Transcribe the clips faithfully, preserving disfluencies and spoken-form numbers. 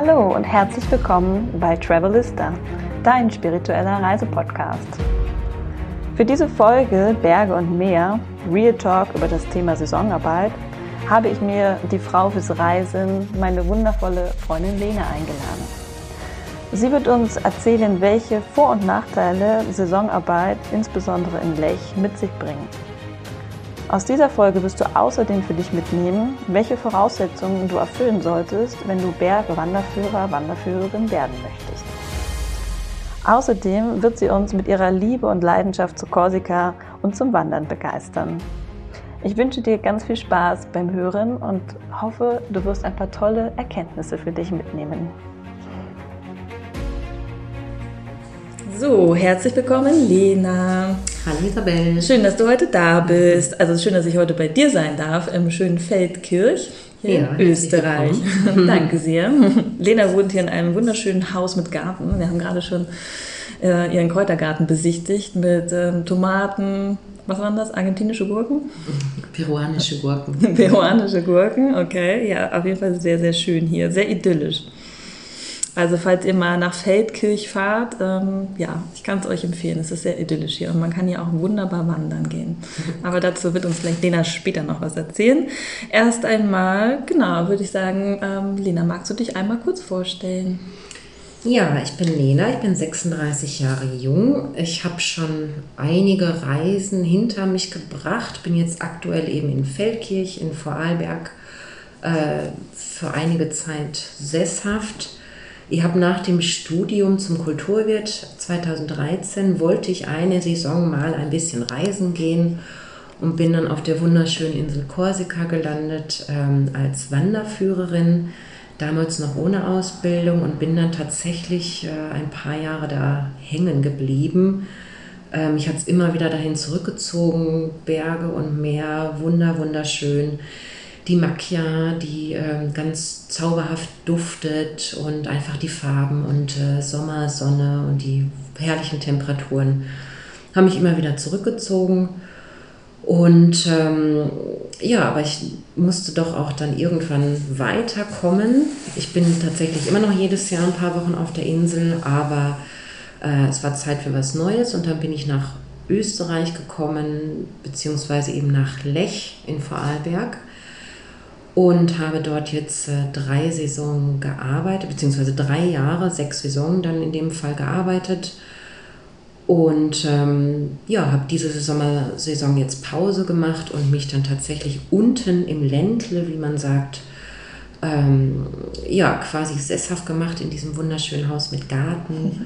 Hallo und herzlich willkommen bei Travelista, dein spiritueller Reisepodcast. Für diese Folge Berge und Meer, Real Talk über das Thema Saisonarbeit, habe ich mir die Frau fürs Reisen, meine wundervolle Freundin Lena, eingeladen. Sie wird uns erzählen, welche Vor- und Nachteile Saisonarbeit, insbesondere in Lech, mit sich bringt. Aus dieser Folge wirst du außerdem für dich mitnehmen, welche Voraussetzungen du erfüllen solltest, wenn du Bergwanderführer, Wanderführerin werden möchtest. Außerdem wird sie uns mit ihrer Liebe und Leidenschaft zu Korsika und zum Wandern begeistern. Ich wünsche dir ganz viel Spaß beim Hören und hoffe, du wirst ein paar tolle Erkenntnisse für dich mitnehmen. So, herzlich willkommen, Lena. Hallo Isabel. Schön, dass du heute da bist. Also schön, dass ich heute bei dir sein darf im schönen Feldkirch hier ja, in Österreich. Danke sehr. Lena wohnt hier in einem wunderschönen Haus mit Garten. Wir haben gerade schon äh, ihren Kräutergarten besichtigt mit ähm, Tomaten. Was waren das? Argentinische Gurken? Peruanische Gurken. Peruanische Gurken, okay. Ja, auf jeden Fall sehr, sehr schön hier. Sehr idyllisch. Also falls ihr mal nach Feldkirch fahrt, ähm, ja, ich kann es euch empfehlen. Es ist sehr idyllisch hier und man kann hier auch wunderbar wandern gehen. Aber dazu wird uns vielleicht Lena später noch was erzählen. Erst einmal, genau, würde ich sagen, ähm, Lena, magst du dich einmal kurz vorstellen? Ja, ich bin Lena, ich bin sechsunddreißig Jahre jung. Ich habe schon einige Reisen hinter mich gebracht, bin jetzt aktuell eben in Feldkirch in Vorarlberg äh, für einige Zeit sesshaft. Ich habe nach dem Studium zum Kulturwirt zweitausenddreizehn, wollte ich eine Saison mal ein bisschen reisen gehen und bin dann auf der wunderschönen Insel Korsika gelandet ähm, als Wanderführerin, damals noch ohne Ausbildung und bin dann tatsächlich äh, ein paar Jahre da hängen geblieben. Ähm, mich hat es immer wieder dahin zurückgezogen, Berge und Meer, wunder, wunderschön. Die Macchia, die äh, ganz zauberhaft duftet und einfach die Farben und äh, Sommersonne und die herrlichen Temperaturen haben mich immer wieder zurückgezogen. Und ähm, ja, aber ich musste doch auch dann irgendwann weiterkommen. Ich bin tatsächlich immer noch jedes Jahr ein paar Wochen auf der Insel, aber äh, es war Zeit für was Neues und dann bin ich nach Österreich gekommen, beziehungsweise eben nach Lech in Vorarlberg. Und habe dort jetzt äh, drei Saisonen gearbeitet, beziehungsweise drei Jahre, sechs Saisonen dann in dem Fall gearbeitet. Und ähm, ja, habe diese Sommersaison jetzt Pause gemacht und mich dann tatsächlich unten im Ländle, wie man sagt, ähm, ja, quasi sesshaft gemacht in diesem wunderschönen Haus mit Garten. Mhm.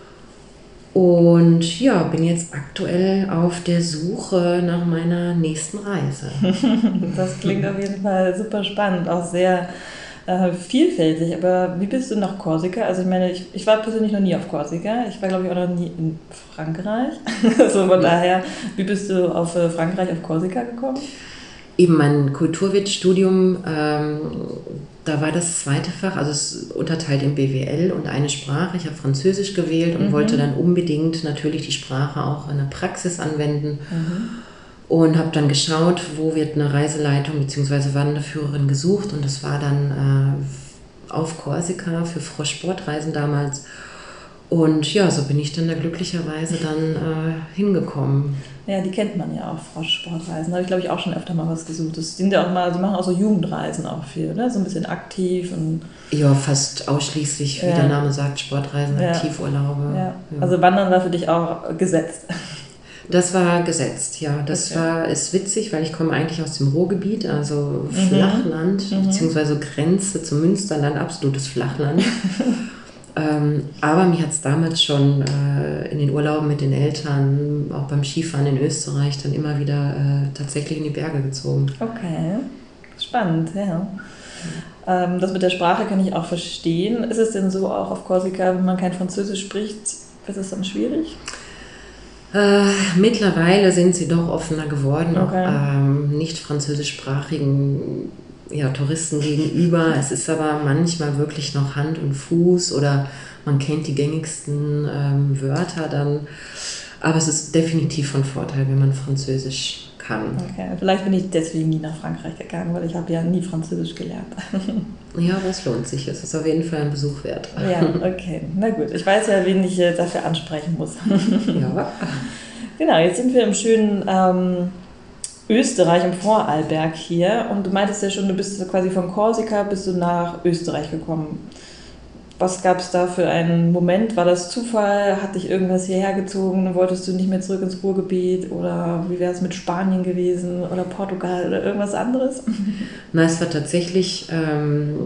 Und ja, bin jetzt aktuell auf der Suche nach meiner nächsten Reise. Das klingt auf jeden Fall super spannend, auch sehr äh, vielfältig. Aber wie bist du nach Korsika? Also ich meine, ich, ich war persönlich noch nie auf Korsika. Ich war, glaube ich, auch noch nie in Frankreich. Also von daher, wie bist du auf äh, Frankreich, auf Korsika gekommen? Eben mein Kulturwirtstudium, ähm, da war das zweite Fach, also es ist unterteilt in B W L und eine Sprache. Ich habe Französisch gewählt und mhm. wollte dann unbedingt natürlich die Sprache auch in der Praxis anwenden. Mhm. Und habe dann geschaut, wo wird eine Reiseleitung bzw. Wanderführerin gesucht. Und das war dann äh, auf Korsika für Frosch-Sportreisen damals. Und ja, so bin ich dann da glücklicherweise dann äh, hingekommen. Ja, die kennt man ja auch, Frosch-Sportreisen. Da habe ich, glaube ich, auch schon öfter mal was gesucht. Das sind ja auch mal, die machen auch so Jugendreisen auch viel, ne? So ein bisschen aktiv. Und ja, fast ausschließlich, wie ja. der Name sagt, Sportreisen, ja. Aktivurlaube. Ja. Ja. Also Wandern war für dich auch gesetzt? Das war gesetzt, ja. Das okay. war, ist witzig, weil ich komme eigentlich aus dem Ruhrgebiet, also Flachland, mhm. beziehungsweise Grenze zum Münsterland, absolutes Flachland. Ähm, aber mir hat es damals schon äh, in den Urlauben mit den Eltern, auch beim Skifahren in Österreich, dann immer wieder äh, tatsächlich in die Berge gezogen. Okay, spannend, ja. Ähm, das mit der Sprache kann ich auch verstehen. Ist es denn so auch auf Korsika, wenn man kein Französisch spricht, ist es dann schwierig? Äh, mittlerweile sind sie doch offener geworden, okay. auch ähm, nicht französischsprachigen ja, Touristen gegenüber. Es ist aber manchmal wirklich noch Hand und Fuß oder man kennt die gängigsten ähm, Wörter dann. Aber es ist definitiv von Vorteil, wenn man Französisch kann. Okay, vielleicht bin ich deswegen nie nach Frankreich gegangen, weil ich habe ja nie Französisch gelernt. Ja, aber es lohnt sich. Es ist auf jeden Fall ein Besuch wert. Ja, okay. Na gut, ich weiß ja, wen ich dafür ansprechen muss. Ja. Genau, jetzt sind wir im schönen ähm, Österreich, im Vorarlberg hier. Und du meintest ja schon, du bist quasi von Korsika bist du nach Österreich gekommen. Was gab es da für einen Moment? War das Zufall? Hat dich irgendwas hierher gezogen? Wolltest du nicht mehr zurück ins Ruhrgebiet? Oder wie wäre es mit Spanien gewesen? Oder Portugal? Oder irgendwas anderes? Na, es war tatsächlich ähm,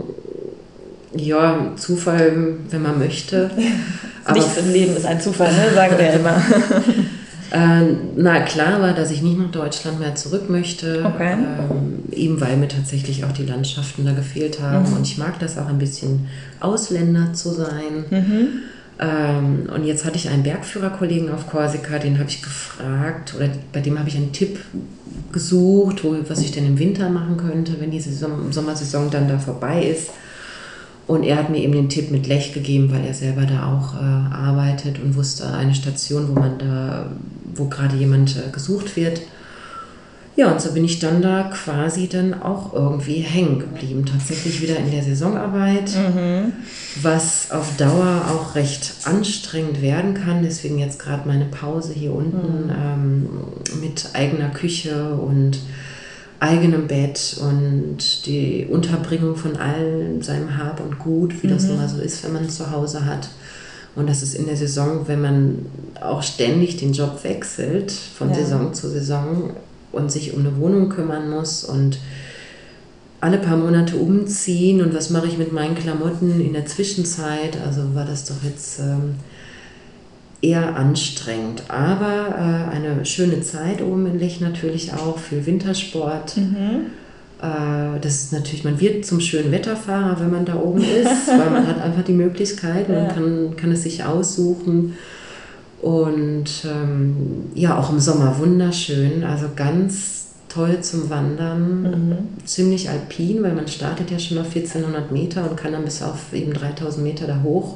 ja, Zufall, wenn man möchte. Nichts im Leben ist ein Zufall, ne? Sagen wir ja immer. Äh, na klar war, dass ich nicht nach Deutschland mehr zurück möchte, okay. ähm, eben weil mir tatsächlich auch die Landschaften da gefehlt haben mhm. und ich mag das auch ein bisschen Ausländer zu sein. Mhm. Ähm, und jetzt hatte ich einen Bergführerkollegen auf Korsika, den habe ich gefragt, oder bei dem habe ich einen Tipp gesucht, wo, was ich denn im Winter machen könnte, wenn die Saison, Sommersaison dann da vorbei ist. Und er hat mir eben den Tipp mit Lech gegeben, weil er selber da auch äh, arbeitet und wusste eine Station, wo man da, wo gerade jemand äh, gesucht wird. Ja, und so bin ich dann da quasi dann auch irgendwie hängen geblieben. Tatsächlich wieder in der Saisonarbeit, mhm. was auf Dauer auch recht anstrengend werden kann. Deswegen jetzt gerade meine Pause hier unten mhm. ähm, mit eigener Küche und eigenem Bett und die Unterbringung von allem seinem Hab und Gut, wie mhm. das nun mal so ist, wenn man es zu Hause hat. Und das ist in der Saison, wenn man auch ständig den Job wechselt, von ja. Saison zu Saison und sich um eine Wohnung kümmern muss und alle paar Monate umziehen und was mache ich mit meinen Klamotten in der Zwischenzeit, also war das doch jetzt ähm, eher anstrengend, aber äh, eine schöne Zeit oben in Lech natürlich auch, für Wintersport. Mhm. Äh, das ist natürlich, man wird zum schönen Wetterfahrer, wenn man da oben ist, weil man hat einfach die Möglichkeit, man ja. kann, kann es sich aussuchen und ähm, ja, auch im Sommer wunderschön, also ganz toll zum Wandern, mhm. ziemlich alpin, weil man startet ja schon auf vierzehnhundert Meter und kann dann bis auf eben dreitausend Meter da hoch.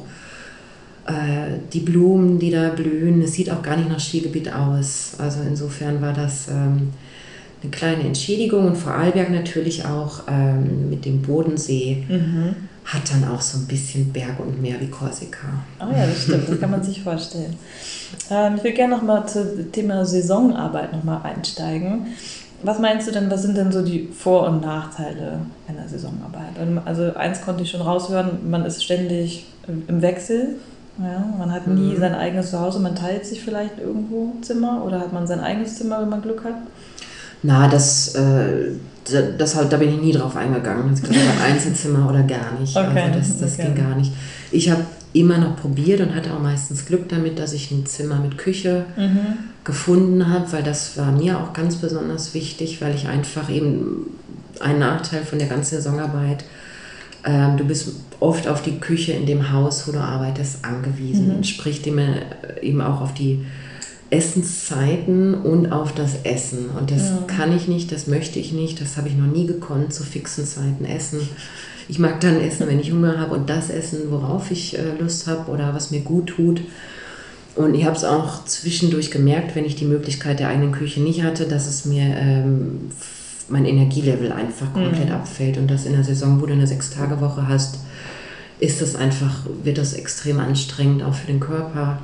Die Blumen, die da blühen, es sieht auch gar nicht nach Skigebiet aus. Also insofern war das ähm, eine kleine Entschädigung und Vorarlberg natürlich auch ähm, mit dem Bodensee mhm. hat dann auch so ein bisschen Berg und Meer wie Korsika. Oh ja, das stimmt, das kann man sich vorstellen. Ähm, ich will gerne nochmal zum Thema Saisonarbeit nochmal einsteigen. Was meinst du denn, was sind denn so die Vor- und Nachteile einer Saisonarbeit? Also eins konnte ich schon raushören, man ist ständig im Wechsel. Ja, man hat nie mhm. sein eigenes Zuhause, man teilt sich vielleicht irgendwo Zimmer oder hat man sein eigenes Zimmer, wenn man Glück hat? Na, das, äh, das, das da bin ich nie drauf eingegangen. Das ist ein Einzelzimmer oder gar nicht. Okay. Also das, das okay. ging gar nicht. Ich habe immer noch probiert und hatte auch meistens Glück damit, dass ich ein Zimmer mit Küche mhm. gefunden habe, weil das war mir auch ganz besonders wichtig, weil ich einfach eben einen Nachteil von der ganzen Saisonarbeit, ähm, du bist oft auf die Küche in dem Haus, wo du arbeitest, angewiesen. Mhm. Sprich eben auch auf die Essenszeiten und auf das Essen. Und das ja. kann ich nicht, das möchte ich nicht, das habe ich noch nie gekonnt, zu fixen Zeiten essen. Ich mag dann essen, wenn ich Hunger habe und das essen, worauf ich äh, Lust habe oder was mir gut tut. Und ich habe es auch zwischendurch gemerkt, wenn ich die Möglichkeit der eigenen Küche nicht hatte, dass es mir ähm, mein Energielevel einfach komplett mhm. abfällt. Und das in der Saison, wo du eine Sechs-Tage-Woche hast, ist das einfach, wird das extrem anstrengend, auch für den Körper.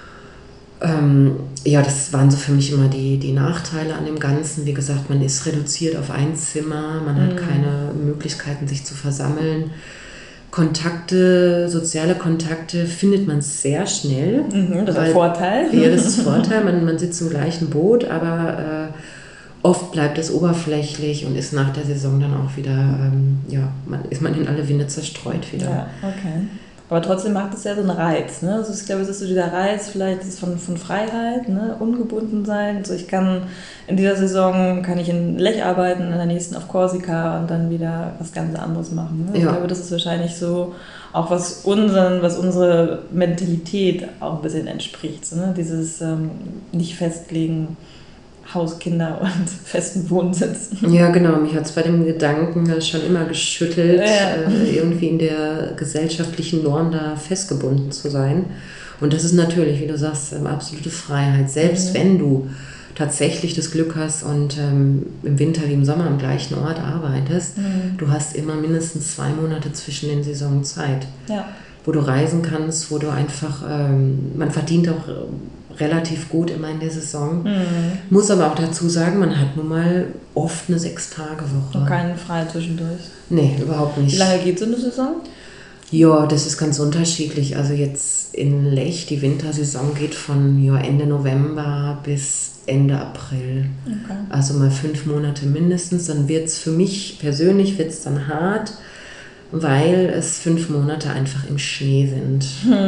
Ähm, ja, das waren so für mich immer die, die Nachteile an dem Ganzen. Wie gesagt, man ist reduziert auf ein Zimmer, man hat mhm. keine Möglichkeiten, sich zu versammeln. Kontakte, soziale Kontakte findet man sehr schnell. Mhm, das ist ein Vorteil. Ja, das ist Vorteil. Man, man sitzt im gleichen Boot, aber äh, oft bleibt es oberflächlich und ist nach der Saison dann auch wieder, ähm, ja, man, ist man in alle Winde zerstreut wieder. Ja, okay. Aber trotzdem macht es ja so einen Reiz, ne? Also ich glaube, es ist so dieser Reiz vielleicht ist von, von Freiheit, ne? Ungebunden sein. Also ich kann in dieser Saison, kann ich in Lech arbeiten, in der nächsten auf Korsika und dann wieder was ganz anderes machen. Ne? Ja. Ich glaube, das ist wahrscheinlich so auch was unseren, was unsere Mentalität auch ein bisschen entspricht. Ne? Dieses ähm, nicht festlegen, Haus, Kinder und festen Wohnsitz. Ja, genau. Mich hat es bei dem Gedanken schon immer geschüttelt, ja. äh, irgendwie in der gesellschaftlichen Norm da festgebunden zu sein. Und das ist natürlich, wie du sagst, eine absolute Freiheit. Selbst mhm. wenn du tatsächlich das Glück hast und ähm, im Winter wie im Sommer am gleichen Ort arbeitest, mhm. du hast immer mindestens zwei Monate zwischen den Saisonen Zeit, ja. wo du reisen kannst, wo du einfach, ähm, man verdient auch relativ gut immer in der Saison. Mhm. Muss aber auch dazu sagen, man hat nun mal oft eine Sechs-Tage-Woche. Und keinen frei zwischendurch? Nee, überhaupt nicht. Wie lange geht so eine Saison? Ja, das ist ganz unterschiedlich. Also jetzt in Lech, die Wintersaison geht von ja, Ende November bis Ende April. Okay. Also mal fünf Monate mindestens. Dann wird es für mich persönlich wird's dann hart, weil es fünf Monate einfach im Schnee sind.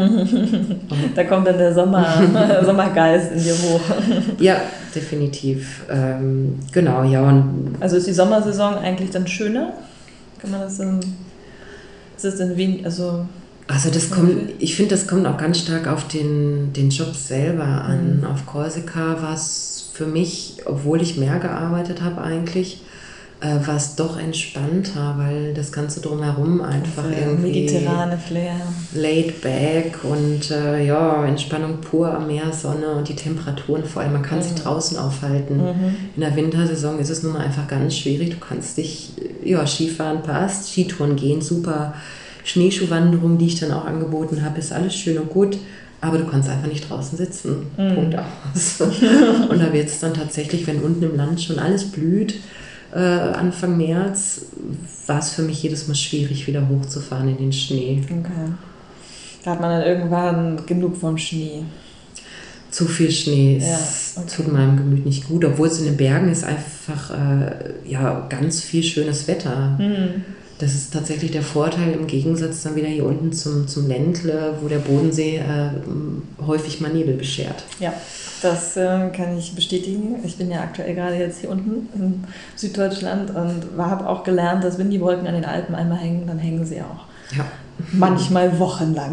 Da kommt dann der Sommer, Sommergeist in dir hoch. Ja, definitiv. Ähm, genau, ja. Und also ist die Sommersaison eigentlich dann schöner? Kann man das dann... Ist das denn wenig, also... Also das kommt, ich finde, das kommt auch ganz stark auf den, den Job selber an. Mhm. Auf Korsika war es für mich, obwohl ich mehr gearbeitet habe eigentlich, äh, war es doch entspannter, weil das Ganze drumherum einfach ja, irgendwie... mediterrane Flair. Laid back und äh, ja, Entspannung pur am Meer, Sonne und die Temperaturen vor allem. Man kann mhm. sich draußen aufhalten. Mhm. In der Wintersaison ist es nun mal einfach ganz schwierig. Du kannst dich, ja, Skifahren passt, Skitouren gehen super, Schneeschuhwanderung, die ich dann auch angeboten habe, ist alles schön und gut. Aber du kannst einfach nicht draußen sitzen. Mhm. Punkt aus. Und da wird es dann tatsächlich, wenn unten im Land schon alles blüht, äh, Anfang März, war es für mich jedes Mal schwierig, wieder hochzufahren in den Schnee. Okay. Da hat man dann irgendwann genug vom Schnee. Zu viel Schnee ist, ja, okay. tut meinem Gemüt nicht gut. Obwohl es in den Bergen ist einfach äh, ja, ganz viel schönes Wetter. Mhm. Das ist tatsächlich der Vorteil im Gegensatz dann wieder hier unten zum, zum Ländle, wo der Bodensee äh, häufig mal Nebel beschert. Ja, das äh, kann ich bestätigen. Ich bin ja aktuell gerade jetzt hier unten in Süddeutschland und habe auch gelernt, dass wenn die Wolken an den Alpen einmal hängen, dann hängen sie auch. Ja. Manchmal wochenlang.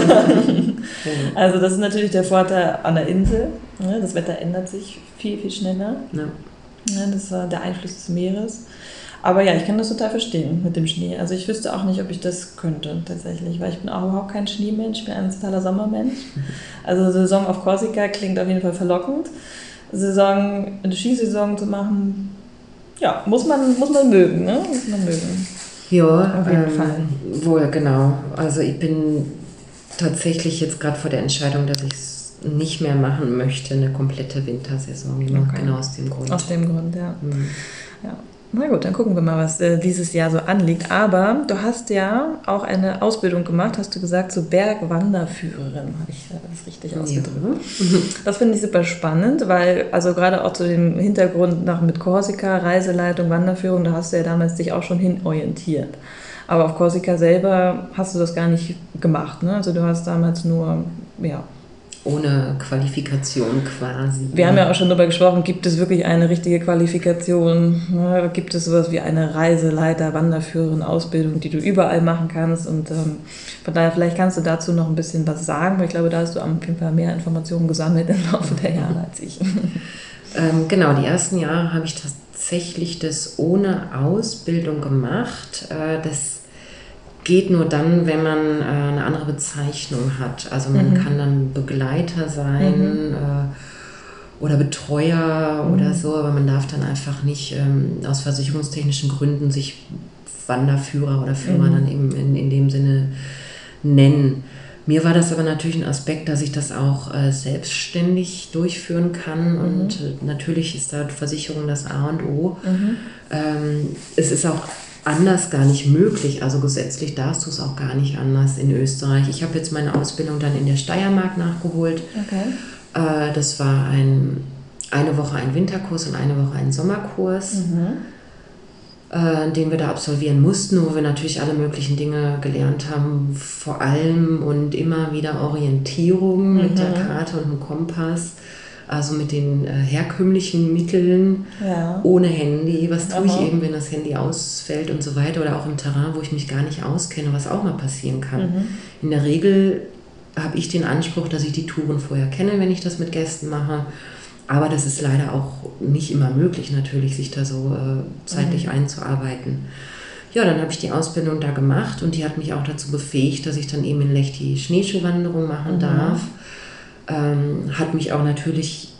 Also das ist natürlich der Vorteil an der Insel. Das Wetter ändert sich viel, viel schneller. Ja. Das ist der Einfluss des Meeres. Aber ja, ich kann das total verstehen mit dem Schnee. Also ich wüsste auch nicht, ob ich das könnte tatsächlich, weil ich bin auch überhaupt kein Schneemensch, ich bin ein totaler Sommermensch. Also Saison auf Korsika klingt auf jeden Fall verlockend. Saison, eine Skisaison zu machen, ja, muss man, muss man mögen, ne? Muss man mögen. Ja, auf jeden ähm, Fall. Wohl, genau. Also ich bin tatsächlich jetzt gerade vor der Entscheidung, dass ich es nicht mehr machen möchte, eine komplette Wintersaison. Okay. Genau aus dem Grund. Aus dem Grund, ja. Mhm. Ja. Na gut, dann gucken wir mal, was äh, dieses Jahr so anliegt. Aber du hast ja auch eine Ausbildung gemacht, hast du gesagt, zur Bergwanderführerin. Habe ich das richtig ausgedrückt? Ja. Das finde ich super spannend, weil, also gerade auch zu dem Hintergrund nach mit Korsika, Reiseleitung, Wanderführung, da hast du ja damals dich auch schon hin orientiert. Aber auf Korsika selber hast du das gar nicht gemacht, ne? Also du hast damals nur, ja... Ohne Qualifikation quasi. Wir haben ja auch schon darüber gesprochen, gibt es wirklich eine richtige Qualifikation? Ne? Gibt es sowas wie eine Reiseleiter, Wanderführerin, Ausbildung, die du überall machen kannst? Und ähm, von daher, vielleicht kannst du dazu noch ein bisschen was sagen, weil ich glaube, da hast du auf jeden Fall mehr Informationen gesammelt im Laufe der Jahre als ich. ähm, genau, die ersten Jahre habe ich tatsächlich das ohne Ausbildung gemacht. Äh, das geht nur dann, wenn man äh, eine andere Bezeichnung hat. Also man mhm. kann dann Begleiter sein mhm. äh, oder Betreuer mhm. oder so, aber man darf dann einfach nicht ähm, aus versicherungstechnischen Gründen sich Wanderführer oder Führer mhm. dann eben in, in dem Sinne nennen. Mir war das aber natürlich ein Aspekt, dass ich das auch äh, selbstständig durchführen kann mhm. und äh, natürlich ist da Versicherung das A und O. Mhm. Ähm, es ist auch anders gar nicht möglich, also gesetzlich darfst du es auch gar nicht anders in Österreich. Ich habe jetzt meine Ausbildung dann in der Steiermark nachgeholt. Okay. Äh, das war ein, eine Woche ein Winterkurs und eine Woche ein Sommerkurs, mhm. äh, den wir da absolvieren mussten, wo wir natürlich alle möglichen Dinge gelernt haben, vor allem und immer wieder Orientierung mhm. mit der Karte und dem Kompass. Also mit den äh, herkömmlichen Mitteln, ja. ohne Handy. Was tue Aha. ich eben, wenn das Handy ausfällt und so weiter. Oder auch im Terrain, wo ich mich gar nicht auskenne, was auch mal passieren kann. Mhm. In der Regel habe ich den Anspruch, dass ich die Touren vorher kenne, wenn ich das mit Gästen mache. Aber das ist leider auch nicht immer möglich, natürlich, sich da so äh, zeitlich mhm. einzuarbeiten. Ja, dann habe ich die Ausbildung da gemacht und die hat mich auch dazu befähigt, dass ich dann eben in Lech die Schneeschuhwanderung machen mhm. darf. Ähm, hat mich auch natürlich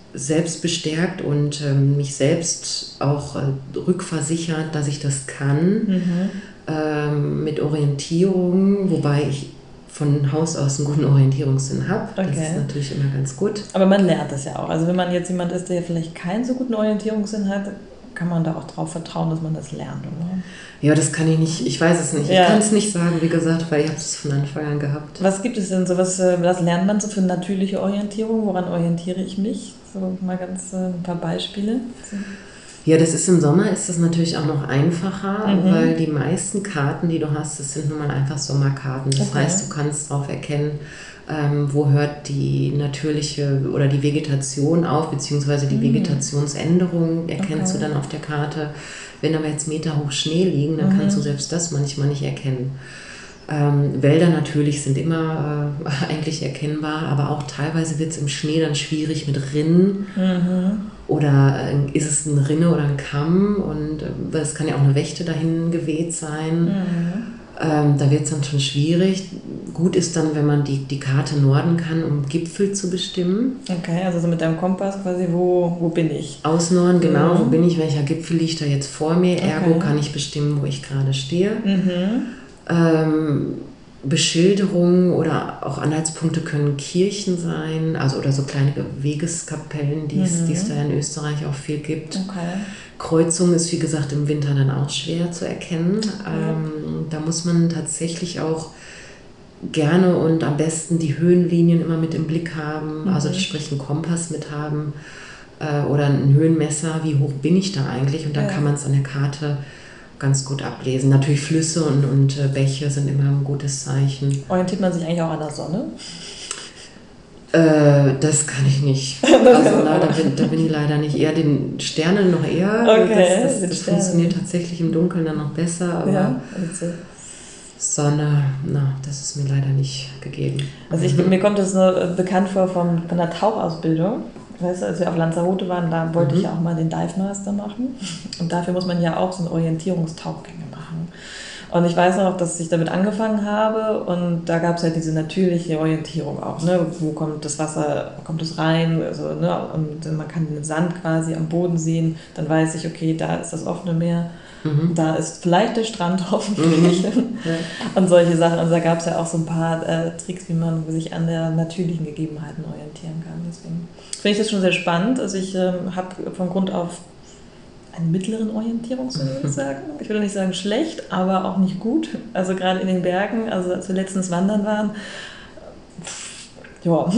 selbst bestärkt und ähm, mich selbst auch äh, rückversichert, dass ich das kann, mhm. ähm, mit Orientierung, wobei ich von Haus aus einen guten Orientierungssinn habe. Okay. Das ist natürlich immer ganz gut. Aber man lernt das ja auch. Also wenn man jetzt jemand ist, der vielleicht keinen so guten Orientierungssinn hat, kann man da auch drauf vertrauen, dass man das lernt, oder? Ja, das kann ich nicht, ich weiß es nicht. Ja. Ich kann es nicht sagen, wie gesagt, weil ich habe es von Anfang an gehabt. Was gibt es denn so, was, was lernt man so für natürliche Orientierung? Woran orientiere ich mich? So mal ganz ein paar Beispiele. Ja, das ist im Sommer ist das natürlich auch noch einfacher, mhm. weil die meisten Karten, die du hast, das sind nun mal einfach Sommerkarten. Das okay. heißt, du kannst darauf erkennen, ähm, wo hört die natürliche oder die Vegetation auf, beziehungsweise die mhm. Vegetationsänderung erkennst okay. du dann auf der Karte. Wenn aber jetzt Meter hoch Schnee liegen, dann mhm. kannst du selbst das manchmal nicht erkennen. Ähm, Wälder natürlich sind immer äh, eigentlich erkennbar, aber auch teilweise wird es im Schnee dann schwierig mit Rinnen. Mhm. Oder äh, ist es eine Rinne oder ein Kamm? Und äh, es kann ja auch eine Wächte dahin geweht sein. Mhm. Ähm, da wird es dann schon schwierig. Gut ist dann, wenn man die, die Karte norden kann, um Gipfel zu bestimmen. Okay, also so mit deinem Kompass quasi, wo, wo bin ich? Aus Norden, genau, mhm. wo bin ich, welcher Gipfel liegt da jetzt vor mir? Okay. Ergo kann ich bestimmen, wo ich gerade stehe. Mhm. Ähm, Beschilderungen oder auch Anhaltspunkte können Kirchen sein, also oder so kleine Wegeskapellen, die es mhm. da in Österreich auch viel gibt. Okay. Kreuzung ist, wie gesagt, im Winter dann auch schwer zu erkennen. Okay. Ähm, da muss man tatsächlich auch gerne und am besten die Höhenlinien immer mit im Blick haben, mhm. also sprich einen Kompass mit haben äh, oder ein Höhenmesser, wie hoch bin ich da eigentlich, und dann ja. kann man es an der Karte ganz gut ablesen. Natürlich Flüsse und, und äh, Bäche sind immer ein gutes Zeichen. Orientiert man sich eigentlich auch an der Sonne? Äh, das kann ich nicht. Also na, da, bin, da bin ich leider nicht. Eher den Sternen noch eher. Okay, das das, das funktioniert tatsächlich im Dunkeln dann noch besser, aber ja, Sonne, na, das ist mir leider nicht gegeben. Also ich, mir kommt das nur bekannt vor von, von der Tauchausbildung. Weißt du, als wir auf Lanzarote waren, da wollte mhm. ich ja auch mal den Dive Master machen. Und dafür muss man ja auch so eine Orientierungstauchgänge machen. Und ich weiß noch, dass ich damit angefangen habe und da gab es ja diese natürliche Orientierung auch. Ne? Wo kommt das Wasser, kommt es rein? Also, ne? Und man kann den Sand quasi am Boden sehen. Dann weiß ich, okay, da ist das offene Meer. Mhm. Da ist vielleicht der Strand hoffentlich. Mhm. Ja. Und solche Sachen. Und da gab es ja auch so ein paar äh, Tricks, wie man sich an der natürlichen Gegebenheiten orientieren kann. Deswegen finde ich das schon sehr spannend. Also ich ähm, habe von Grund auf einen mittleren Orientierungssinn, würde ich sagen. Ich würde nicht sagen schlecht, aber auch nicht gut. Also gerade in den Bergen, also als wir letztens wandern waren, ja.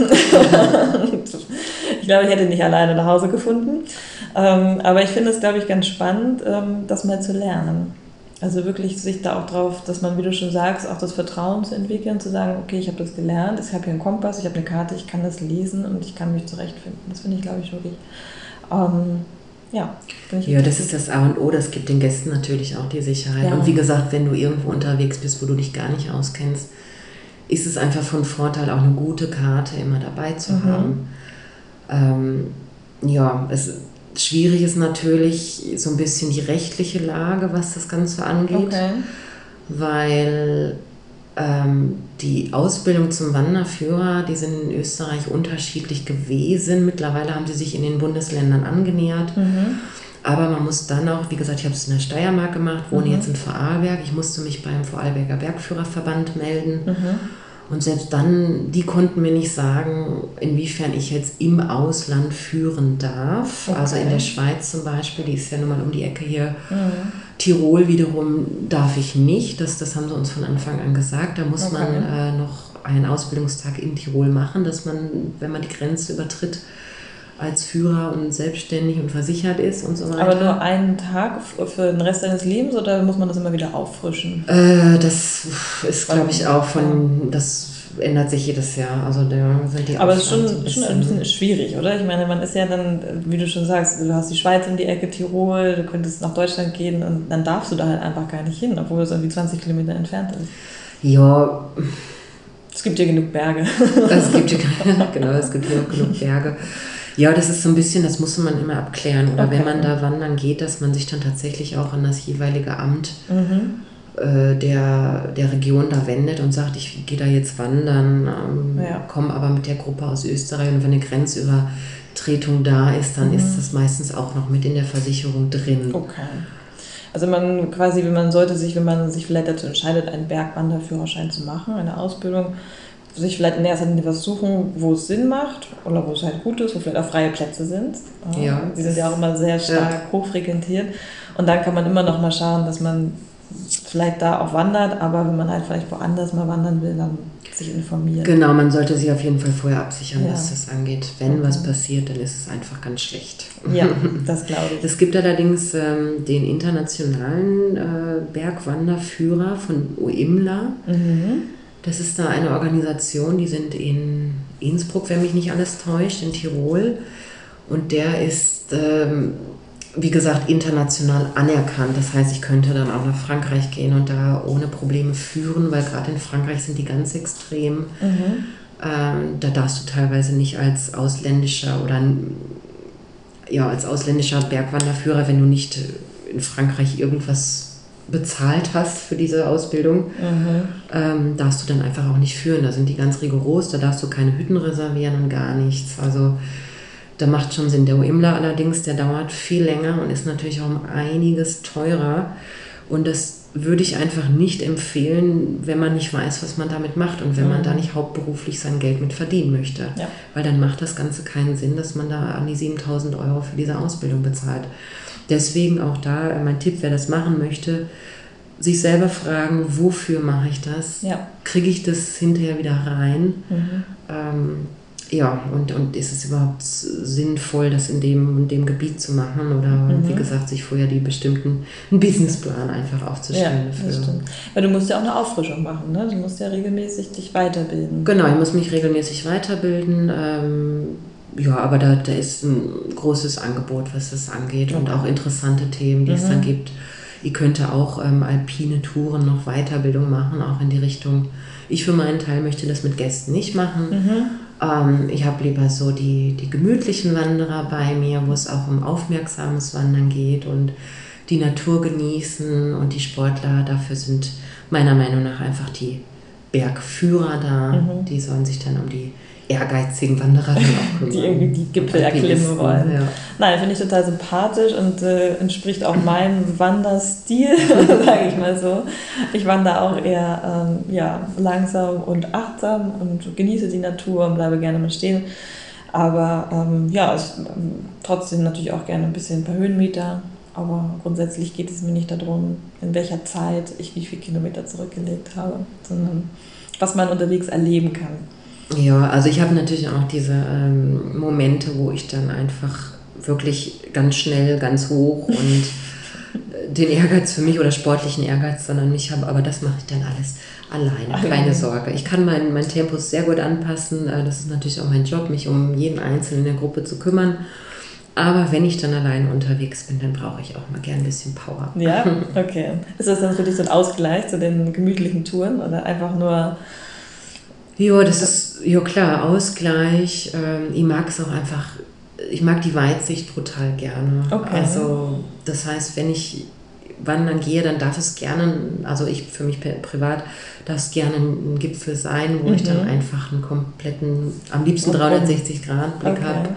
Ich glaube, ich hätte nicht alleine nach Hause gefunden. Ähm, aber ich finde es, glaube ich, ganz spannend, ähm, das mal zu lernen. Also wirklich sich da auch drauf, dass man, wie du schon sagst, auch das Vertrauen zu entwickeln, zu sagen, okay, ich habe das gelernt, ich habe hier einen Kompass, ich habe eine Karte, ich kann das lesen und ich kann mich zurechtfinden. Das finde ich, glaube ich, wirklich, ähm, ja. Ich ja, das ist das A und O, das gibt den Gästen natürlich auch die Sicherheit. Ja. Und wie gesagt, wenn du irgendwo unterwegs bist, wo du dich gar nicht auskennst, ist es einfach von Vorteil, auch eine gute Karte immer dabei zu mhm. haben. Ähm, ja, es schwierig ist natürlich so ein bisschen die rechtliche Lage, was das Ganze angeht, okay. weil ähm, die Ausbildung zum Wanderführer, die sind in Österreich unterschiedlich gewesen. Mittlerweile haben sie sich in den Bundesländern angenähert. Mhm. Aber man muss dann auch, wie gesagt, ich habe es in der Steiermark gemacht, wohne mhm. jetzt in Vorarlberg. Ich musste mich beim Vorarlberger Bergführerverband melden. Mhm. Und selbst dann, die konnten mir nicht sagen, inwiefern ich jetzt im Ausland führen darf. Okay. Also in der Schweiz zum Beispiel, die ist ja nun mal um die Ecke hier. Mhm. Tirol wiederum darf ich nicht. Das, das haben sie uns von Anfang an gesagt. Da muss okay. man äh, noch einen Ausbildungstag in Tirol machen, dass man, wenn man die Grenze übertritt, als Führer und selbstständig und versichert ist und so weiter. Aber nur einen Tag für den Rest deines Lebens oder muss man das immer wieder auffrischen? Äh, das ist, glaube ich, auch von, das ändert sich jedes Jahr. Also da sind die Aber es ist schon, ein bisschen, schon ein bisschen schwierig, oder? Ich meine, man ist ja dann, wie du schon sagst, du hast die Schweiz in die Ecke, Tirol, du könntest nach Deutschland gehen und dann darfst du da halt einfach gar nicht hin, obwohl es irgendwie zwanzig Kilometer entfernt ist. Ja. Es gibt ja genug Berge. Es gibt ja, genau, es gibt ja auch genug Berge. Ja, das ist so ein bisschen, das muss man immer abklären. Oder okay. wenn man da wandern geht, dass man sich dann tatsächlich auch an das jeweilige Amt mhm. äh, der, der Region da wendet und sagt, ich gehe da jetzt wandern, ähm, ja. komme aber mit der Gruppe aus Österreich und wenn eine Grenzübertritt Tretung da ist, dann mhm. ist das meistens auch noch mit in der Versicherung drin. Okay. Also man quasi, wenn man sollte sich, wenn man sich vielleicht dazu entscheidet, einen Bergwanderführerschein zu machen, eine Ausbildung, sich vielleicht in erster Linie was suchen, wo es Sinn macht oder wo es halt gut ist, wo vielleicht auch freie Plätze sind. Ja. Die sind ja auch immer sehr stark ja. hochfrequentiert. Und dann kann man immer noch mal schauen, dass man vielleicht da auch wandert, aber wenn man halt vielleicht woanders mal wandern will, dann sich informieren. Genau, man sollte sich auf jeden Fall vorher absichern, ja. was das angeht. Wenn okay. was passiert, dann ist es einfach ganz schlecht. Ja, das glaube ich. Es gibt allerdings ähm, den internationalen äh, Bergwanderführer von O I M L A. Mhm. Das ist da eine Organisation, die sind in Innsbruck, wenn mich nicht alles täuscht, in Tirol. Und der ist, ähm, wie gesagt, international anerkannt. Das heißt, ich könnte dann auch nach Frankreich gehen und da ohne Probleme führen, weil gerade in Frankreich sind die ganz extrem. Mhm. Ähm, da darfst du teilweise nicht als ausländischer oder ja, als ausländischer Bergwanderführer, wenn du nicht in Frankreich irgendwas bezahlt hast für diese Ausbildung, mhm. ähm, darfst du dann einfach auch nicht führen. Da sind die ganz rigoros, da darfst du keine Hütten reservieren und gar nichts. Also da macht schon Sinn. Der O I M L A allerdings, der dauert viel länger und ist natürlich auch um einiges teurer. Und das würde ich einfach nicht empfehlen, wenn man nicht weiß, was man damit macht und wenn mhm. man da nicht hauptberuflich sein Geld mit verdienen möchte. Ja. Weil dann macht das Ganze keinen Sinn, dass man da an die siebentausend Euro für diese Ausbildung bezahlt. Deswegen auch da mein Tipp, wer das machen möchte, sich selber fragen, wofür mache ich das? Ja. Kriege ich das hinterher wieder rein? Mhm. Ähm, ja, und, und ist es überhaupt sinnvoll, das in dem, in dem Gebiet zu machen? Oder mhm. wie gesagt, sich vorher die bestimmten, einen Businessplan einfach aufzustellen. Ja, das stimmt. Weil du musst ja auch eine Auffrischung machen, ne? Du musst ja regelmäßig dich weiterbilden. Genau, ich muss mich regelmäßig weiterbilden. Ähm, Ja, aber da, da ist ein großes Angebot, was das angeht, und auch interessante Themen, die mhm. es dann gibt. Ihr könnt auch ähm, alpine Touren, noch Weiterbildung machen, auch in die Richtung. Ich für meinen Teil möchte das mit Gästen nicht machen. Mhm. Ähm, ich habe lieber so die, die gemütlichen Wanderer bei mir, wo es auch um aufmerksames Wandern geht und die Natur genießen, und die Sportler, dafür sind meiner Meinung nach einfach die Bergführer da. Mhm. Die sollen sich dann um die ehrgeizigen Wanderer dann auch kümmern. Die irgendwie die Gipfel erklimmen wollen. Ja. Nein, finde ich total sympathisch und äh, entspricht auch meinem Wanderstil, sage ich mal so. Ich wandere auch eher ähm, ja, langsam und achtsam und genieße die Natur und bleibe gerne mal stehen. Aber ähm, ja, ich, ähm, trotzdem natürlich auch gerne ein bisschen ein paar Höhenmeter. Aber grundsätzlich geht es mir nicht darum, in welcher Zeit ich wie viele Kilometer zurückgelegt habe, sondern was man unterwegs erleben kann. Ja, also ich habe natürlich auch diese ähm, Momente, wo ich dann einfach wirklich ganz schnell, ganz hoch und äh, den Ehrgeiz für mich oder sportlichen Ehrgeiz dann an mich habe, aber das mache ich dann alles alleine, keine Sorge. Ich kann mein, mein Tempus sehr gut anpassen, äh, das ist natürlich auch mein Job, mich um jeden Einzelnen in der Gruppe zu kümmern. Aber wenn ich dann alleine unterwegs bin, dann brauche ich auch mal gern ein bisschen Power. Ja, okay. Ist das dann für dich so ein Ausgleich zu den gemütlichen Touren oder einfach nur... Ja, das ist, ja klar, Ausgleich. Ähm, ich mag es auch einfach, ich mag die Weitsicht brutal gerne. Okay. Also das heißt, wenn ich wandern gehe, dann darf es gerne, also ich für mich privat, darf es gerne ein Gipfel sein, wo mhm. ich dann einfach einen kompletten, am liebsten okay. dreihundertsechzig Grad Blick okay. habe.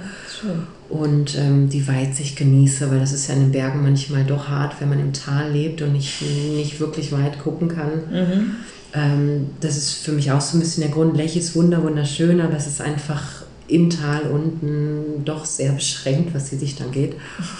Und ähm, die Weitsicht genieße, weil das ist ja in den Bergen manchmal doch hart, wenn man im Tal lebt und nicht, nicht wirklich weit gucken kann. Mhm. Ähm, das ist für mich auch so ein bisschen der Grund. Lech ist wunder, wunderschön, aber es ist einfach im Tal unten doch sehr beschränkt, was die Sicht angeht.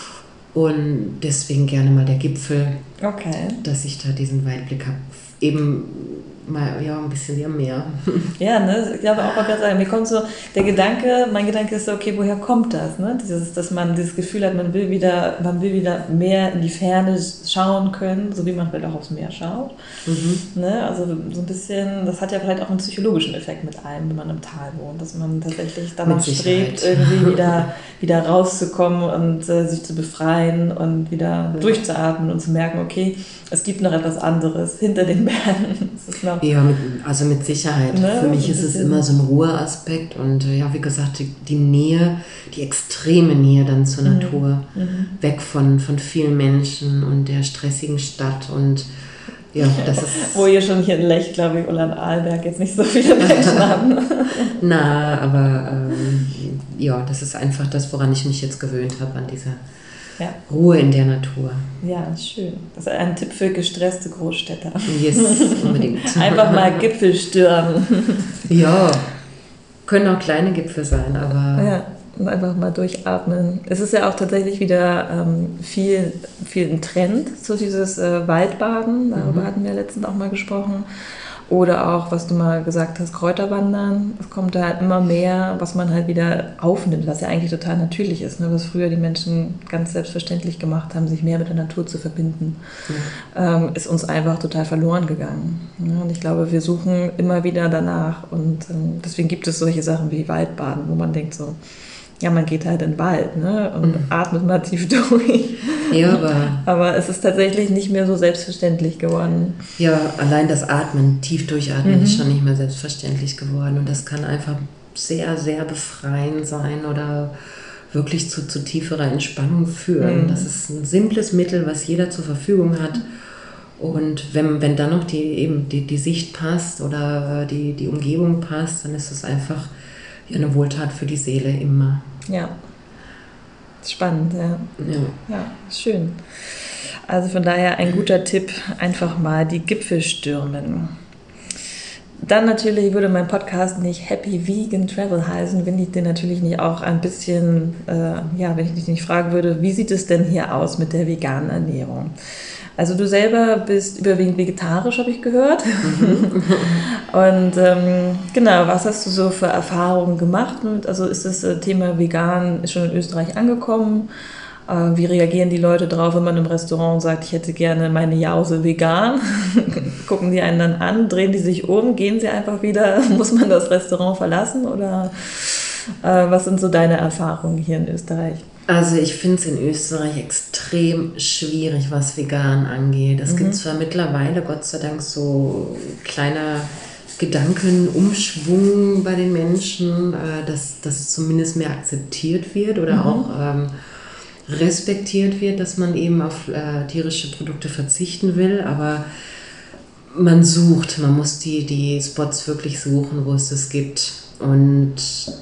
Und deswegen gerne mal der Gipfel, okay. dass ich da diesen Weitblick habe. Eben mal ja, ein bisschen wie am Meer. Ja, ne? Ich glaube auch gerade sagen, mir kommt so der Gedanke, mein Gedanke ist so, okay, woher kommt das? Ne? Dieses, dass man dieses Gefühl hat, man will wieder, man will wieder mehr in die Ferne schauen können, so wie man vielleicht auch aufs Meer schaut. Mhm. Ne? Also so ein bisschen, das hat ja vielleicht auch einen psychologischen Effekt mit einem, wenn man im Tal wohnt, dass man tatsächlich danach strebt, irgendwie wieder, wieder rauszukommen und äh, sich zu befreien und wieder ja. durchzuatmen und zu merken, okay, es gibt noch etwas anderes hinter den Bergen. Das ist noch ja, mit, also mit Sicherheit. Ne? Für mich ist es immer so ein Ruheaspekt und ja, wie gesagt, die, die Nähe, die extreme Nähe dann zur mhm. Natur, mhm. weg von, von vielen Menschen und der stressigen Stadt und Ja, das ist... Wo ihr schon hier in Lech, glaube ich, oder in Arlberg jetzt nicht so viele Menschen haben. Na, aber ähm, ja, das ist einfach das, woran ich mich jetzt gewöhnt habe, an diese ja. Ruhe in der Natur. Ja, schön. Das ist ein Tipp für gestresste Großstädter. Yes, unbedingt. Einfach mal Gipfel stürmen. Ja, können auch kleine Gipfel sein, aber... Ja. Einfach mal durchatmen. Es ist ja auch tatsächlich wieder ähm, viel, viel ein Trend, so dieses äh, Waldbaden, darüber mhm. hatten wir letztens auch mal gesprochen. Oder auch, was du mal gesagt hast, Kräuterwandern. Es kommt da halt immer mehr, was man halt wieder aufnimmt, was ja eigentlich total natürlich ist, ne? Was früher die Menschen ganz selbstverständlich gemacht haben, sich mehr mit der Natur zu verbinden, mhm. ähm, ist uns einfach total verloren gegangen. Ne? Und ich glaube, wir suchen immer wieder danach. Und ähm, deswegen gibt es solche Sachen wie Waldbaden, wo man denkt so, ja, man geht halt in den Wald, ne, und mhm. atmet mal tief durch. Ja, aber... aber es ist tatsächlich nicht mehr so selbstverständlich geworden. Ja, allein das Atmen, tief durchatmen, mhm. ist schon nicht mehr selbstverständlich geworden. Und das kann einfach sehr, sehr befreiend sein oder wirklich zu, zu tieferer Entspannung führen. Mhm. Das ist ein simples Mittel, was jeder zur Verfügung hat. Und wenn, wenn dann noch die, eben die, die Sicht passt oder die, die Umgebung passt, dann ist es einfach... Ja, eine Wohltat für die Seele immer. Ja, spannend, ja. Ja. Ja, schön. Also von daher ein guter Tipp, einfach mal die Gipfel stürmen. Dann natürlich würde mein Podcast nicht Happy Vegan Travel heißen, wenn ich den natürlich nicht auch ein bisschen, äh, ja, wenn ich dich nicht fragen würde, wie sieht es denn hier aus mit der veganen Ernährung? Also du selber bist überwiegend vegetarisch, habe ich gehört. Mhm. Und ähm, genau, was hast du so für Erfahrungen gemacht? Also ist das Thema vegan ist schon in Österreich angekommen? Äh, wie reagieren die Leute drauf, wenn man im Restaurant sagt, ich hätte gerne meine Jause vegan? Gucken die einen dann an, drehen die sich um, gehen sie einfach wieder? Muss man das Restaurant verlassen? Oder äh, was sind so deine Erfahrungen hier in Österreich? Also ich finde es in Österreich extrem schwierig, was vegan angeht. Es mhm. gibt zwar mittlerweile, Gott sei Dank, so kleiner Gedankenumschwung bei den Menschen, äh, dass, dass es zumindest mehr akzeptiert wird oder mhm. auch ähm, respektiert wird, dass man eben auf äh, tierische Produkte verzichten will, aber man sucht, man muss die, die Spots wirklich suchen, wo es das gibt. Und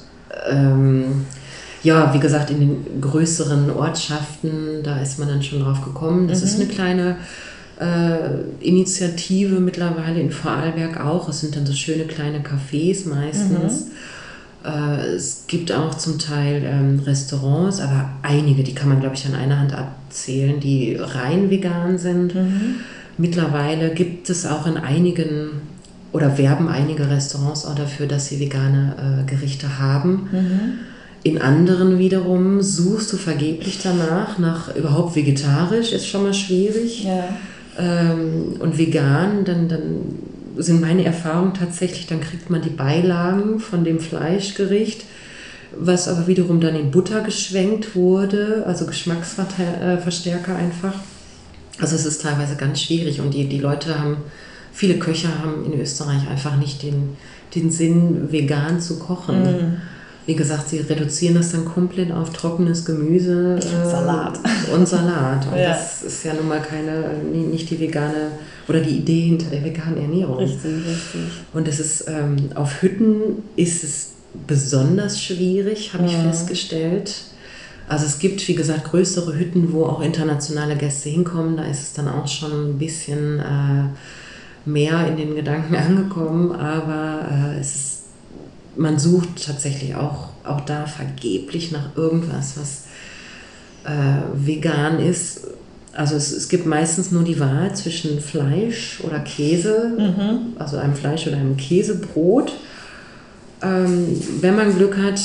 ähm, ja, wie gesagt, in den größeren Ortschaften, da ist man dann schon drauf gekommen. Das mhm. ist eine kleine äh, Initiative mittlerweile in Vorarlberg auch. Es sind dann so schöne kleine Cafés meistens. Mhm. Äh, es gibt auch zum Teil ähm, Restaurants, aber einige, die kann man, glaube ich, an einer Hand abzählen, die rein vegan sind. Mhm. Mittlerweile gibt es auch in einigen, oder werben einige Restaurants auch dafür, dass sie vegane äh, Gerichte haben. Mhm. In anderen wiederum suchst du vergeblich danach, nach überhaupt vegetarisch, ist schon mal schwierig. Ja. Ähm, und vegan, dann, dann sind meine Erfahrungen tatsächlich, dann kriegt man die Beilagen von dem Fleischgericht, was aber wiederum dann in Butter geschwenkt wurde, also Geschmacksverstärker einfach. Also es ist teilweise ganz schwierig und die, die Leute haben, viele Köche haben in Österreich einfach nicht den, den Sinn, vegan zu kochen. Mm. Wie gesagt, sie reduzieren das dann komplett auf trockenes Gemüse äh, Salat. und Salat. Und ja. das ist ja nun mal keine, nicht die vegane oder die Idee hinter der veganen Ernährung. Richtig, richtig. Und es ist, ähm, auf Hütten ist es besonders schwierig, habe ich ja. festgestellt. Also es gibt, wie gesagt, größere Hütten, wo auch internationale Gäste hinkommen. Da ist es dann auch schon ein bisschen äh, mehr in den Gedanken angekommen. Aber äh, es ist man sucht tatsächlich auch, auch da vergeblich nach irgendwas, was äh, vegan ist. Also es, es gibt meistens nur die Wahl zwischen Fleisch oder Käse, mhm. also einem Fleisch- oder einem Käsebrot. Ähm, wenn man Glück hat,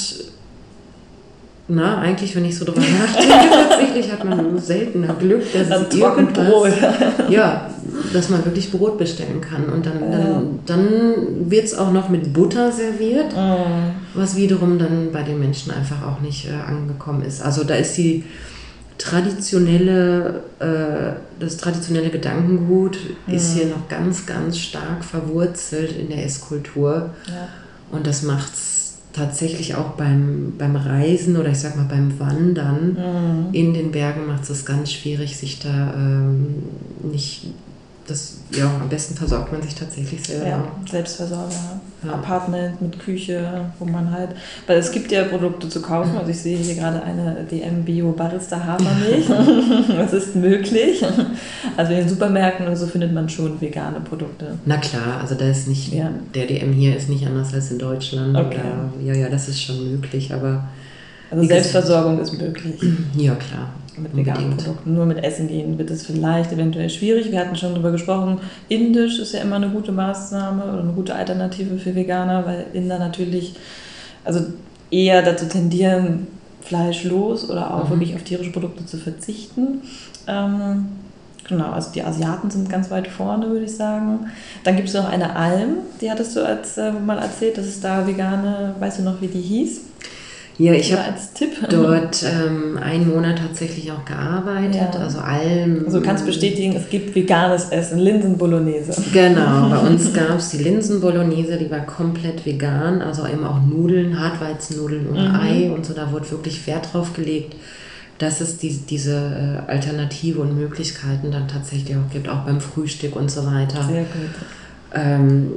na, eigentlich, wenn ich so drüber nachdenke, tatsächlich hat man seltener Glück, dass das es irgendwas, ja, dass man wirklich Brot bestellen kann. Und dann, ja. dann, dann wird es auch noch mit Butter serviert, mhm. was wiederum dann bei den Menschen einfach auch nicht äh, angekommen ist. Also da ist die traditionelle, äh, das traditionelle Gedankengut mhm. ist hier noch ganz, ganz stark verwurzelt in der Esskultur. Ja. Und das macht es tatsächlich auch beim, beim Reisen oder ich sag mal beim Wandern mhm. in den Bergen macht es ganz schwierig, sich da ähm, nicht das, ja, am besten versorgt man sich tatsächlich selber. Ja, Selbstversorger, ja. Apartment mit Küche, wo man halt, weil es gibt ja Produkte zu kaufen, also ich sehe hier gerade eine D M Bio Barista Hafermilch, das ist möglich. Also in den Supermärkten und so findet man schon vegane Produkte. Na klar, also da ist nicht, ja. der D M hier ist nicht anders als in Deutschland. Okay. Oder, ja, ja, das ist schon möglich, aber... Also Selbstversorgung ist möglich. Ja, klar. Mit veganen Produkten. Nur mit Essen gehen wird es vielleicht eventuell schwierig. Wir hatten schon darüber gesprochen, Indisch ist ja immer eine gute Maßnahme oder eine gute Alternative für Veganer, weil Inder natürlich also eher dazu tendieren, fleischlos oder auch mhm. wirklich auf tierische Produkte zu verzichten. Ähm, genau, also die Asiaten sind ganz weit vorne, würde ich sagen. Dann gibt es noch eine Alm, die hattest du als, äh, mal erzählt, dass es da vegane, weißt du noch, wie die hieß? Ja, ich habe dort ähm, einen Monat tatsächlich auch gearbeitet, ja. also Alm. Also du kannst bestätigen, es gibt veganes Essen, Linsen-Bolognese. Genau, bei uns gab es die Linsen-Bolognese, die war komplett vegan, also eben auch Nudeln, Hartweizennudeln ohne mhm. Ei und so, da wurde wirklich Wert drauf gelegt, dass es die, diese äh, Alternative und Möglichkeiten dann tatsächlich auch gibt, auch beim Frühstück und so weiter. Sehr gut. Ähm,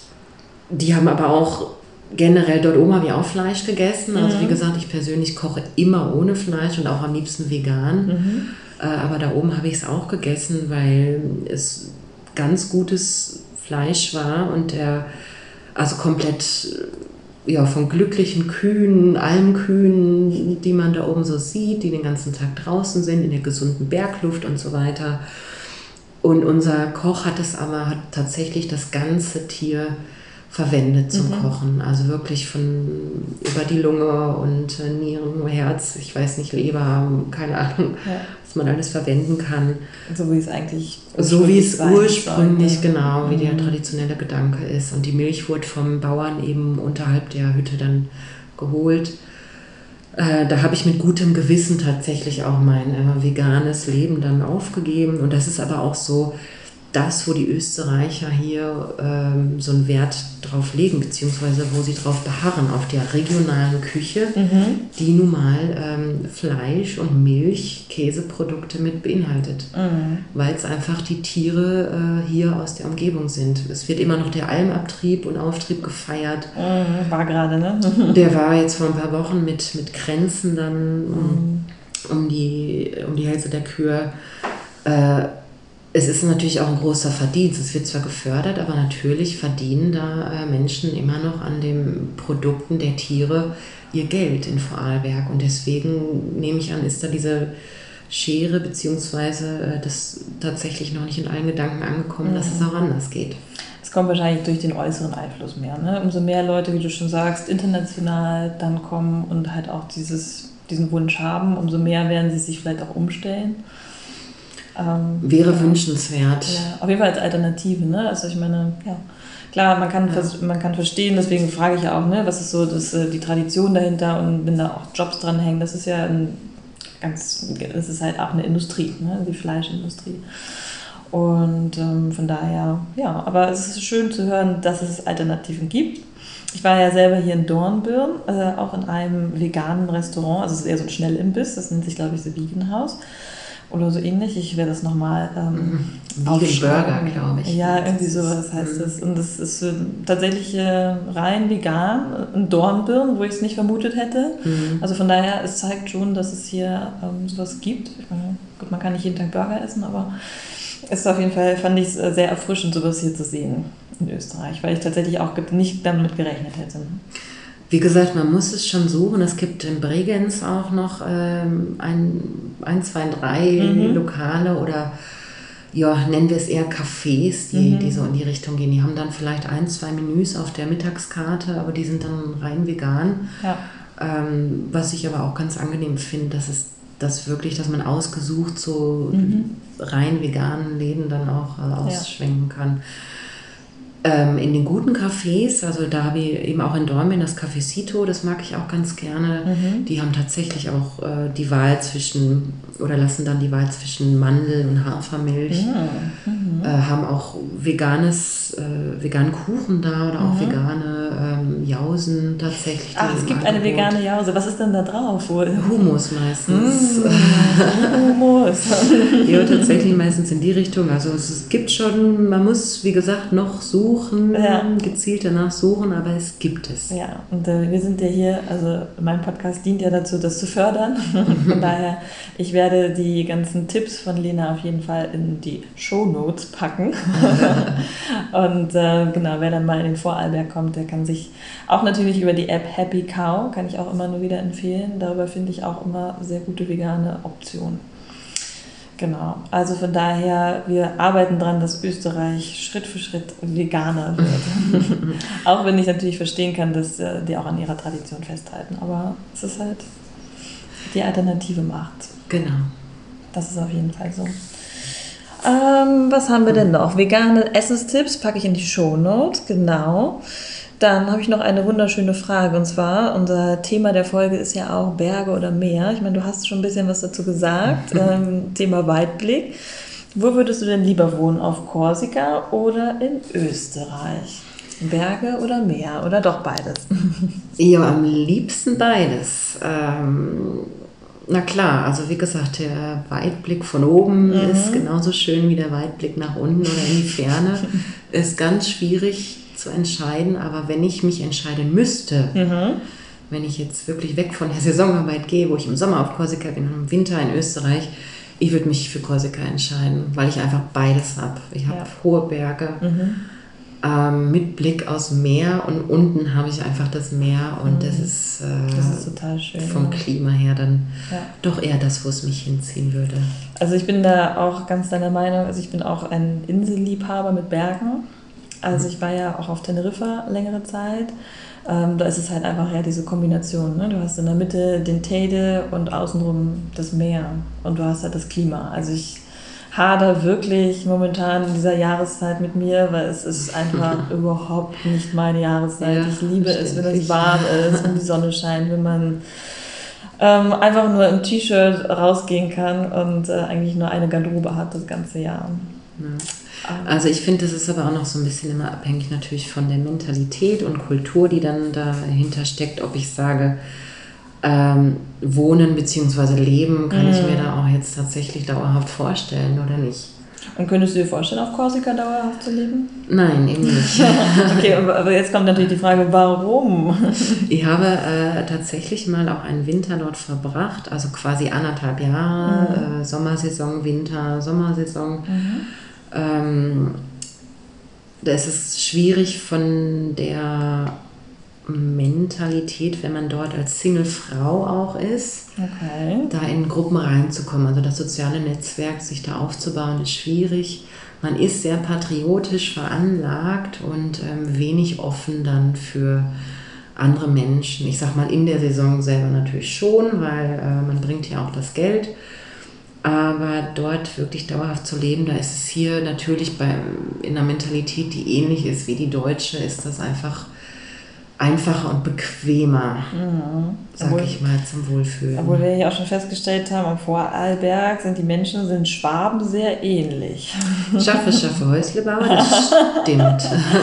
die haben aber auch generell dort oben habe ich auch Fleisch gegessen. Also mhm. wie gesagt, ich persönlich koche immer ohne Fleisch und auch am liebsten vegan. Mhm. Äh, aber da oben habe ich es auch gegessen, weil es ganz gutes Fleisch war und der also komplett ja, von glücklichen Kühen, Almkühen, die man da oben so sieht, die den ganzen Tag draußen sind, in der gesunden Bergluft und so weiter. Und unser Koch hat es aber hat tatsächlich das ganze Tier verwendet zum mhm. Kochen. Also wirklich von über die Lunge und äh, Nieren, Herz, ich weiß nicht, Leber, keine Ahnung, ja. was man alles verwenden kann. So wie es eigentlich So wie es ursprünglich, sollte. Genau, wie mhm. der traditionelle Gedanke ist. Und die Milch wurde vom Bauern eben unterhalb der Hütte dann geholt. Äh, da habe ich mit gutem Gewissen tatsächlich auch mein äh, veganes Leben dann aufgegeben. Und das ist aber auch so, das, wo die Österreicher hier ähm, so einen Wert drauf legen, beziehungsweise wo sie drauf beharren, auf der regionalen Küche, mhm. die nun mal ähm, Fleisch und Milch, Käseprodukte mit beinhaltet, mhm. weil es einfach die Tiere äh, hier aus der Umgebung sind. Es wird immer noch der Almabtrieb und Auftrieb gefeiert. Mhm. War gerade, ne? Der war jetzt vor ein paar Wochen mit, mit Kränzen dann um, mhm. um, die, um die Hälse der Kühe. Äh, Es ist natürlich auch ein großer Verdienst. Es wird zwar gefördert, aber natürlich verdienen da äh, Menschen immer noch an den Produkten der Tiere ihr Geld in Vorarlberg. Und deswegen nehme ich an, ist da diese Schere beziehungsweise äh, das tatsächlich noch nicht in allen Gedanken angekommen, mhm. dass es auch anders geht. Es kommt wahrscheinlich durch den äußeren Einfluss mehr. Ne? Umso mehr Leute, wie du schon sagst, international dann kommen und halt auch dieses, diesen Wunsch haben, umso mehr werden sie sich vielleicht auch umstellen. Ähm, Wäre ja. wünschenswert. Ja, auf jeden Fall als Alternative, ne? Also ich meine, ja, klar, man kann, ja. vers- man kann verstehen, deswegen frage ich ja auch, ne, was ist so das, die Tradition dahinter und wenn da auch Jobs dranhängen, das ist ja ein ganz, das ist halt auch eine Industrie, ne? Die Fleischindustrie. Und ähm, von daher, ja, aber es ist schön zu hören, dass es Alternativen gibt. Ich war ja selber hier in Dornbirn, äh, auch in einem veganen Restaurant, also es ist eher so ein Schnellimbiss, das nennt sich, glaube ich, The Vegan House. Oder so ähnlich. Ich werde das nochmal ähm, Vegan Burger, glaube ich. Ja, irgendwie sowas heißt es. Und das ist äh, tatsächlich äh, rein vegan, in Dornbirn, wo ich es nicht vermutet hätte. Mhm. Also von daher, es zeigt schon, dass es hier ähm, sowas gibt. Ich meine, gut, man kann nicht jeden Tag Burger essen, aber es ist auf jeden Fall, fand ich es äh, sehr erfrischend, sowas hier zu sehen in Österreich, weil ich tatsächlich auch nicht damit gerechnet hätte. Wie gesagt, man muss es schon suchen. Es gibt in Bregenz auch noch ähm, ein, ein, zwei, drei mhm. Lokale oder ja, nennen wir es eher Cafés, die, mhm. die so in die Richtung gehen. Die haben dann vielleicht ein, zwei Menüs auf der Mittagskarte, aber die sind dann rein vegan. Ja. Ähm, was ich aber auch ganz angenehm finde, dass es das wirklich, dass man ausgesucht so mhm. rein veganen Läden dann auch äh, ausschwenken ja. kann. Ähm, in den guten Cafés, also da habe ich eben auch in Dornbirn das Cafecito, das mag ich auch ganz gerne. Mhm. Die haben tatsächlich auch äh, die Wahl zwischen, oder lassen dann die Wahl zwischen Mandel- und Hafermilch. Mhm. Äh, haben auch veganes, äh, veganen Kuchen da oder auch mhm. vegane ähm, Jausen tatsächlich. Ach, es gibt Angebot. Eine vegane Jause. Was ist denn da drauf? Hummus meistens. Mm, Hummus. Ja, tatsächlich meistens in die Richtung. Also es, es gibt schon, man muss, wie gesagt, noch suchen, ja. gezielt danach suchen, aber es gibt es. Ja, und äh, wir sind ja hier, also mein Podcast dient ja dazu, das zu fördern. Von daher, ich werde die ganzen Tipps von Lena auf jeden Fall in die Shownotes packen. Und äh, genau, wer dann mal in den Vorarlberg kommt, der kann sich auch natürlich über die App Happy Cow, kann ich auch immer nur wieder empfehlen. Darüber finde ich auch immer sehr gute vegane Optionen. Genau, also von daher, wir arbeiten dran, dass Österreich Schritt für Schritt veganer wird. Auch wenn ich natürlich verstehen kann, dass äh, die auch an ihrer Tradition festhalten. Aber es ist halt die alternative Macht. Genau. Das ist auf jeden Fall so. Ähm, was haben wir denn noch? Vegane Essenstipps packe ich in die Shownotes, genau. Dann habe ich noch eine wunderschöne Frage, und zwar, unser Thema der Folge ist ja auch Berge oder Meer. Ich meine, du hast schon ein bisschen was dazu gesagt, ähm, Thema Weitblick. Wo würdest du denn lieber wohnen, auf Korsika oder in Österreich? Berge oder Meer oder doch beides? Ja, am liebsten beides. Ähm, na klar, also wie gesagt, der Weitblick von oben mhm. ist genauso schön wie der Weitblick nach unten oder in die Ferne. Ist ganz schwierig zu entscheiden, aber wenn ich mich entscheiden müsste, mhm. wenn ich jetzt wirklich weg von der Saisonarbeit gehe, wo ich im Sommer auf Korsika bin und im Winter in Österreich, ich würde mich für Korsika entscheiden, weil ich einfach beides habe. Ich habe ja. hohe Berge mhm. ähm, mit Blick aus Meer und unten habe ich einfach das Meer und mhm. das ist, äh, das ist total schön, vom ja. Klima her dann ja. doch eher das, wo es mich hinziehen würde. Also ich bin da auch ganz deiner Meinung, also ich bin auch ein Inselliebhaber mit Bergen. Also ich war ja auch auf Teneriffa längere Zeit. Ähm, da ist es halt einfach ja diese Kombination. Ne? Du hast in der Mitte den Teide und außenrum das Meer. Und du hast halt das Klima. Also ich hader wirklich momentan in dieser Jahreszeit mit mir, weil es ist einfach überhaupt nicht meine Jahreszeit. Ja, ich liebe es, wenn es warm ist und die Sonne scheint, wenn man ähm, einfach nur im T-Shirt rausgehen kann und äh, eigentlich nur eine Garderobe hat das ganze Jahr. Ja. Also ich finde, das ist aber auch noch so ein bisschen immer abhängig natürlich von der Mentalität und Kultur, die dann dahinter steckt, ob ich sage, ähm, wohnen bzw. leben, kann mm. ich mir da auch jetzt tatsächlich dauerhaft vorstellen oder nicht. Und könntest du dir vorstellen, auf Korsika dauerhaft zu leben? Nein, eben nicht. Okay, aber jetzt kommt natürlich die Frage, warum? Ich habe äh, tatsächlich mal auch einen Winter dort verbracht, also quasi anderthalb Jahre, mhm. äh, Sommersaison, Winter, Sommersaison. Mhm. Ähm, da ist es schwierig von der Mentalität, wenn man dort als Single-Frau auch ist, okay. da in Gruppen reinzukommen. Also das soziale Netzwerk, sich da aufzubauen, ist schwierig. Man ist sehr patriotisch veranlagt und ähm, wenig offen dann für andere Menschen. Ich sag mal, in der Saison selber natürlich schon, weil äh, man bringt ja auch das Geld. Aber dort wirklich dauerhaft zu leben, da ist es hier natürlich bei, in einer Mentalität, die ähnlich ist wie die deutsche, ist das einfach einfacher und bequemer, mhm. sag obwohl, ich mal, zum Wohlfühlen. Obwohl wir ja auch schon festgestellt haben, am Vorarlberg sind die Menschen, sind Schwaben sehr ähnlich. Schaffe, schaffe, Häuslebauer, das stimmt.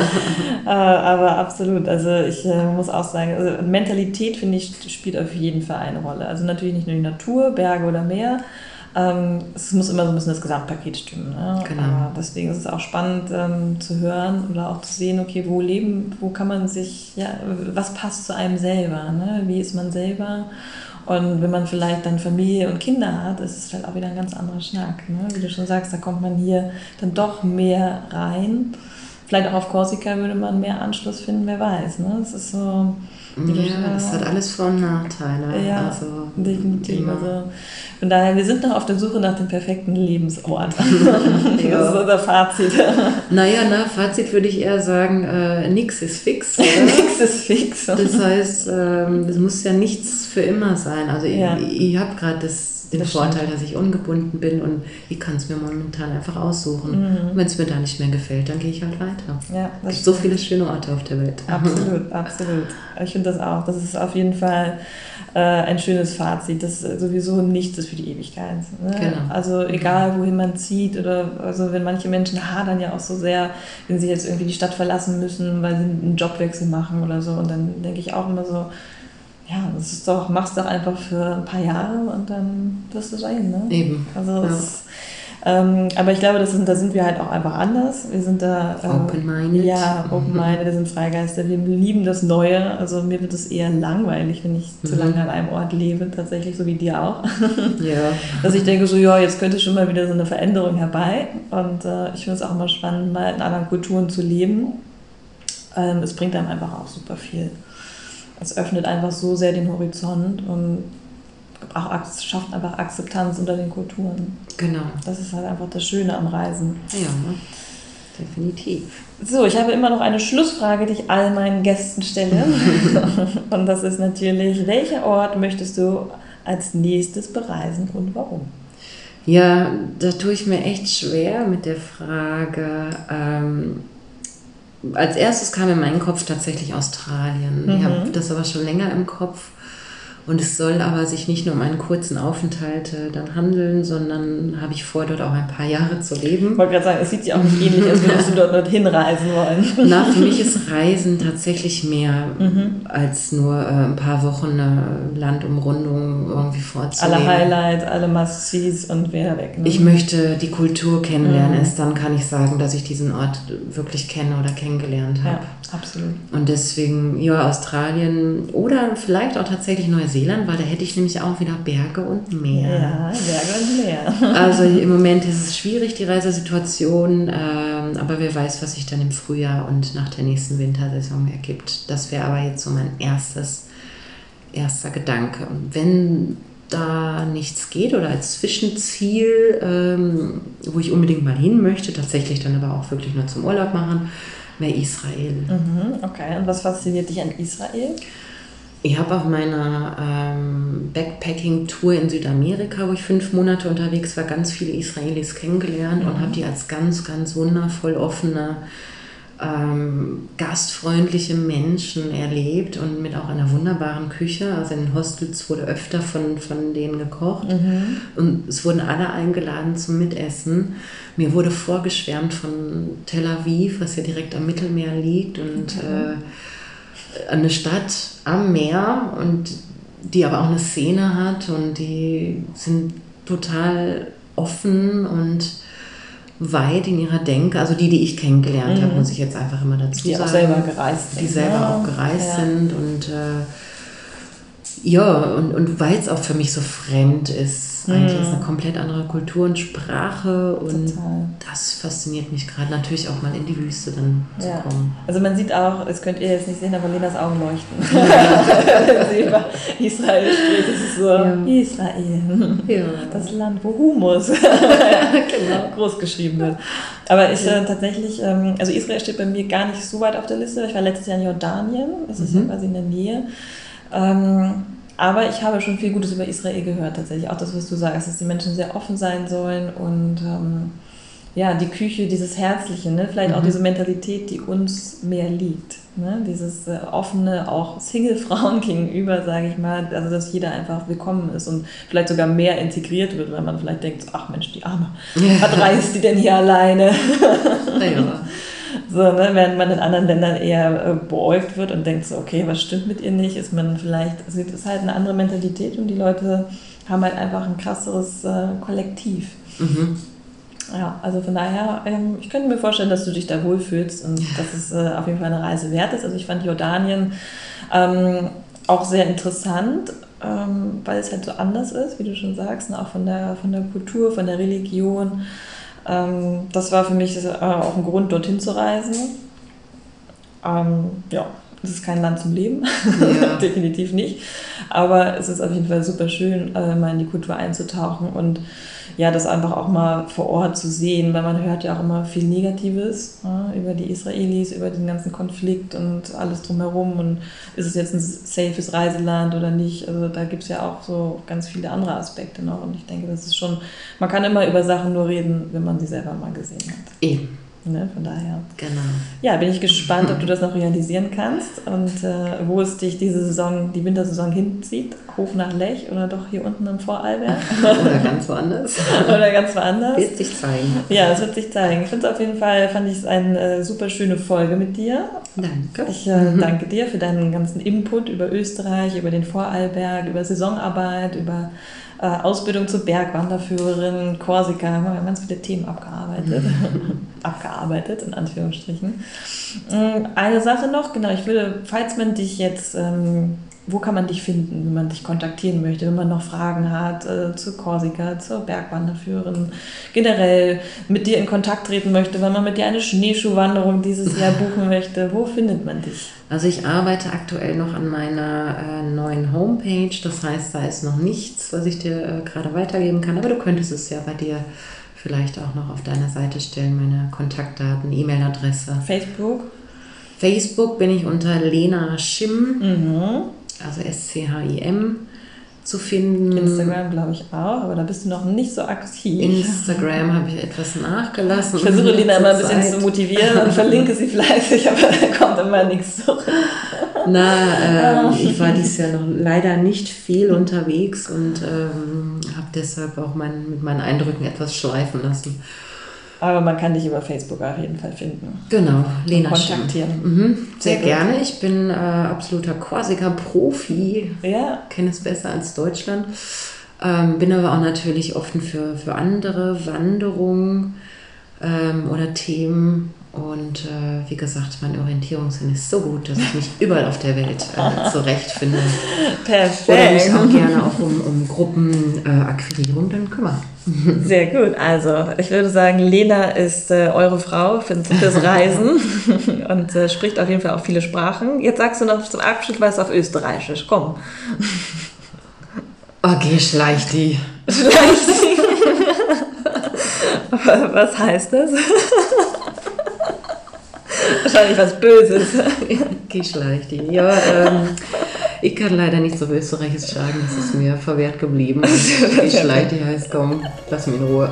Aber absolut, also ich äh, muss auch sagen, also Mentalität, finde ich, spielt auf jeden Fall eine Rolle. Also natürlich nicht nur die Natur, Berge oder Meer, Ähm, es muss immer so ein bisschen das Gesamtpaket stimmen. Ne? Genau. Aber deswegen ist es auch spannend ähm, zu hören oder auch zu sehen, okay, wo leben, wo kann man sich, ja, was passt zu einem selber, ne? Wie ist man selber? Und wenn man vielleicht dann Familie und Kinder hat, ist es halt auch wieder ein ganz anderer Schnack. Ne? Wie du schon sagst, da kommt man hier dann doch mehr rein. Vielleicht auch auf Korsika würde man mehr Anschluss finden, wer weiß. Ne? Es ist so... Ja, das hat alles Vor- und Nachteile. Ja, also, definitiv. Also, von daher, wir sind noch auf der Suche nach dem perfekten Lebensort. Das ja. ist unser Fazit. Naja, na, Fazit würde ich eher sagen, äh, nix ist fix. Nix ist fix. Das heißt, ähm, es muss ja nichts für immer sein. Also ja. ich, ich habe gerade den das Vorteil, stimmt. dass ich ungebunden bin und ich kann es mir momentan einfach aussuchen. Mhm. Und wenn es mir da nicht mehr gefällt, dann gehe ich halt weiter. Ja, Es das gibt so stimmt. viele schöne Orte auf der Welt. Absolut, absolut. Ich finde das auch. Das ist auf jeden Fall äh, ein schönes Fazit, dass sowieso nichts ist für die Ewigkeit. Ne? Genau. Also egal, wohin man zieht oder also wenn manche Menschen hadern ja auch so sehr, wenn sie jetzt irgendwie die Stadt verlassen müssen, weil sie einen Jobwechsel machen oder so. Und dann denke ich auch immer so, ja, das ist doch, mach's doch einfach für ein paar Jahre und dann wirst du sein. Ne? Eben. Also Ja. es, ähm, aber ich glaube, das sind, da sind wir halt auch einfach anders. Wir sind da ähm, Open-minded. Ja, open-minded, wir sind Freigeister. Wir lieben das Neue. Also mir wird es eher langweilig, wenn ich Mhm. zu lange an einem Ort lebe, tatsächlich, so wie dir auch. Ja. Dass ich denke so, ja, jetzt könnte schon mal wieder so eine Veränderung herbei. Und äh, ich finde es auch immer spannend, mal in anderen Kulturen zu leben. Ähm, es bringt einem einfach auch super viel. Es öffnet einfach so sehr den Horizont und auch ak- schafft einfach Akzeptanz unter den Kulturen. Genau. Das ist halt einfach das Schöne am Reisen. Ja, definitiv. So, ich habe immer noch eine Schlussfrage, die ich all meinen Gästen stelle. Und das ist natürlich, welcher Ort möchtest du als nächstes bereisen und warum? Ja, da tue ich mir echt schwer mit der Frage. Ähm, als erstes kam in meinen Kopf tatsächlich Australien. Ich Mhm. habe das aber schon länger im Kopf. Und es soll aber sich nicht nur um einen kurzen Aufenthalt äh, dann handeln, sondern habe ich vor, dort auch ein paar Jahre zu Ich leben. wollte gerade sagen, es sieht ja auch nicht ähnlich, als würdest du dort dorthin reisen wollen. Na, für mich ist Reisen tatsächlich mehr Mhm. als nur äh, ein paar Wochen eine Landumrundung irgendwie vorzunehmen. Alle Highlights, alle Must-Sees und wieder weg. Ne? Ich möchte die Kultur kennenlernen. Mhm. Erst dann kann ich sagen, dass ich diesen Ort wirklich kenne oder kennengelernt habe. Ja, absolut. Und deswegen, ja, Australien oder vielleicht auch tatsächlich Neuseeland, weil da hätte ich nämlich auch wieder Berge und Meer. Ja, Berge und Meer. Also im Moment ist es schwierig, die Reisesituation, ähm, aber wer weiß, was sich dann im Frühjahr und nach der nächsten Wintersaison ergibt. Das wäre aber jetzt so mein erstes, erster Gedanke. Und wenn da nichts geht oder als Zwischenziel, ähm, wo ich unbedingt mal hin möchte, tatsächlich dann aber auch wirklich nur zum Urlaub machen, wäre Israel. Mhm, okay, und was fasziniert dich an Israel? Ich habe auf meiner ähm, Backpacking-Tour in Südamerika, wo ich fünf Monate unterwegs war, ganz viele Israelis kennengelernt Mhm. und habe die als ganz, ganz wundervoll offene, ähm, gastfreundliche Menschen erlebt und mit auch einer wunderbaren Küche. Also in den Hostels wurde öfter von, von denen gekocht Mhm. und es wurden alle eingeladen zum Mitessen. Mir wurde vorgeschwärmt von Tel Aviv, was ja direkt am Mittelmeer liegt und Mhm. äh, eine Stadt am Meer und die aber auch eine Szene hat und die sind total offen und weit in ihrer Denke, also die, die ich kennengelernt Mhm. habe, muss ich jetzt einfach immer dazu Die sagen. auch selber gereist sind. Die selber ne? auch gereist Ja. sind und äh, ja, und, und weil es auch für mich so fremd ist, eigentlich Mhm. ist eine komplett andere Kultur und Sprache und Total. das fasziniert mich gerade, natürlich auch mal in die Wüste dann zu Ja. kommen. Also man sieht auch, das könnt ihr jetzt nicht sehen, aber Lenas Augen leuchten. Wenn sie über Israel spricht, das ist so, Ja. Israel, Ja. das Land, wo Humus Genau. groß geschrieben wird. Aber ich äh, tatsächlich, ähm, also Israel steht bei mir gar nicht so weit auf der Liste. Ich war letztes Jahr in Jordanien, das ist Mhm. ja quasi in der Nähe. Ähm, aber ich habe schon viel Gutes über Israel gehört, tatsächlich. Auch das, was du sagst, dass die Menschen sehr offen sein sollen und ähm, ja, die Küche, dieses Herzliche, ne? Vielleicht auch Mhm. diese Mentalität, die uns mehr liegt. Ne? Dieses äh, offene, auch Single-Frauen gegenüber, sage ich mal, also dass jeder einfach willkommen ist und vielleicht sogar mehr integriert wird, weil man vielleicht denkt, ach Mensch, die Arme, was reist die denn hier alleine? Ja. So, ne, während man in anderen Ländern eher äh, beäugt wird und denkt so, okay, was stimmt mit ihr nicht, ist man vielleicht, es ist halt eine andere Mentalität und die Leute haben halt einfach ein krasseres äh, Kollektiv. Mhm. Ja, also von daher, ähm, ich könnte mir vorstellen, dass du dich da wohlfühlst und dass es äh, auf jeden Fall eine Reise wert ist. Also ich fand Jordanien ähm, auch sehr interessant, ähm, weil es halt so anders ist, wie du schon sagst, ne, auch von der, von der Kultur, von der Religion. Ähm, das war für mich äh, auch ein Grund, dorthin zu reisen. Ähm, ja, Es ist kein Land zum Leben, Ja. definitiv nicht. Aber es ist auf jeden Fall super schön, mal in die Kultur einzutauchen und ja, das einfach auch mal vor Ort zu sehen, weil man hört ja auch immer viel Negatives ja, über die Israelis, über den ganzen Konflikt und alles drumherum und ist es jetzt ein safes Reiseland oder nicht, also da gibt es ja auch so ganz viele andere Aspekte noch und ich denke, das ist schon, man kann immer über Sachen nur reden, wenn man sie selber mal gesehen hat. Eben. Ne, von daher. Genau. Ja, bin ich gespannt, ob du das noch realisieren kannst und äh, wo es dich diese Saison, die Wintersaison hinzieht. Hoch nach Lech oder doch hier unten im Vorarlberg. Oder ganz woanders. Oder ganz woanders. Wird sich zeigen. Ja, es wird sich zeigen. Ich finde es auf jeden Fall, fand ich es eine äh, super schöne Folge mit dir. Danke. Ich äh, danke dir für deinen ganzen Input über Österreich, über den Vorarlberg, über Saisonarbeit, über äh, Ausbildung zur Bergwanderführerin, Korsika. Wir haben ganz viele Themen abgearbeitet. abgearbeitet, in Anführungsstrichen. Eine Sache noch, genau, ich würde, falls man dich jetzt, ähm, wo kann man dich finden, wenn man dich kontaktieren möchte, wenn man noch Fragen hat äh, zur Korsika, zur Bergwanderführerin, generell mit dir in Kontakt treten möchte, wenn man mit dir eine Schneeschuhwanderung dieses Jahr buchen möchte, wo findet man dich? Also ich arbeite aktuell noch an meiner äh, neuen Homepage, das heißt, da ist noch nichts, was ich dir äh, gerade weitergeben kann, aber du könntest es ja bei dir vielleicht auch noch auf deiner Seite stellen, meine Kontaktdaten, E-Mail-Adresse. Facebook? Facebook bin ich unter Lena Schim, Mhm. also S C H I M, zu finden. Instagram glaube ich auch, aber da bist du noch nicht so aktiv. Instagram habe ich etwas nachgelassen. Ich versuche Lena immer ein bisschen Zeit. zu motivieren und verlinke sie fleißig, aber da kommt immer nichts zurück. Na, äh, ich war dieses Jahr noch leider nicht viel unterwegs und ähm, habe deshalb auch mein, mit meinen Eindrücken etwas schleifen lassen. Aber man kann dich über Facebook auf jeden Fall finden. Genau, Lena kontaktieren. Mhm, sehr, Sehr gerne. Ich bin äh, absoluter Korsika-Profi. Ja. Kenne es besser als Deutschland. Ähm, bin aber auch natürlich offen für, für andere Wanderungen ähm, oder Themen. Und äh, wie gesagt, mein Orientierungssinn ist so gut, dass ich mich überall auf der Welt äh, zurechtfinde. Perfekt. Oder mich auch gerne auch um, um Gruppenakquirierung äh, dann kümmern. Sehr gut. Also ich würde sagen, Lena ist äh, eure Frau für, fürs Reisen und äh, spricht auf jeden Fall auch viele Sprachen. Jetzt sagst du noch zum Abschluss was auf Österreichisch. Komm. Okay, schleich die. Schleich die. Was heißt das? Wahrscheinlich was Böses. Geschleicht. Ja, ähm, ich kann leider nicht so Österreichisch sagen, das ist mir verwehrt geblieben. Geschleicht heißt, komm, lass mich in Ruhe.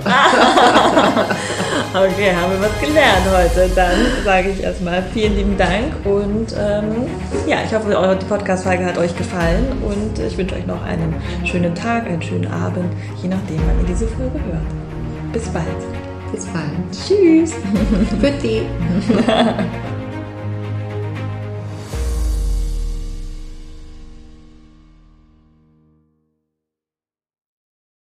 Okay, haben wir was gelernt heute. Dann sage ich erstmal vielen lieben Dank und ähm, ja, ich hoffe, die Podcast-Folge hat euch gefallen und ich wünsche euch noch einen schönen Tag, einen schönen Abend, je nachdem, wann ihr diese Folge hört. Bis bald. Bis bald. Tschüss. Für die.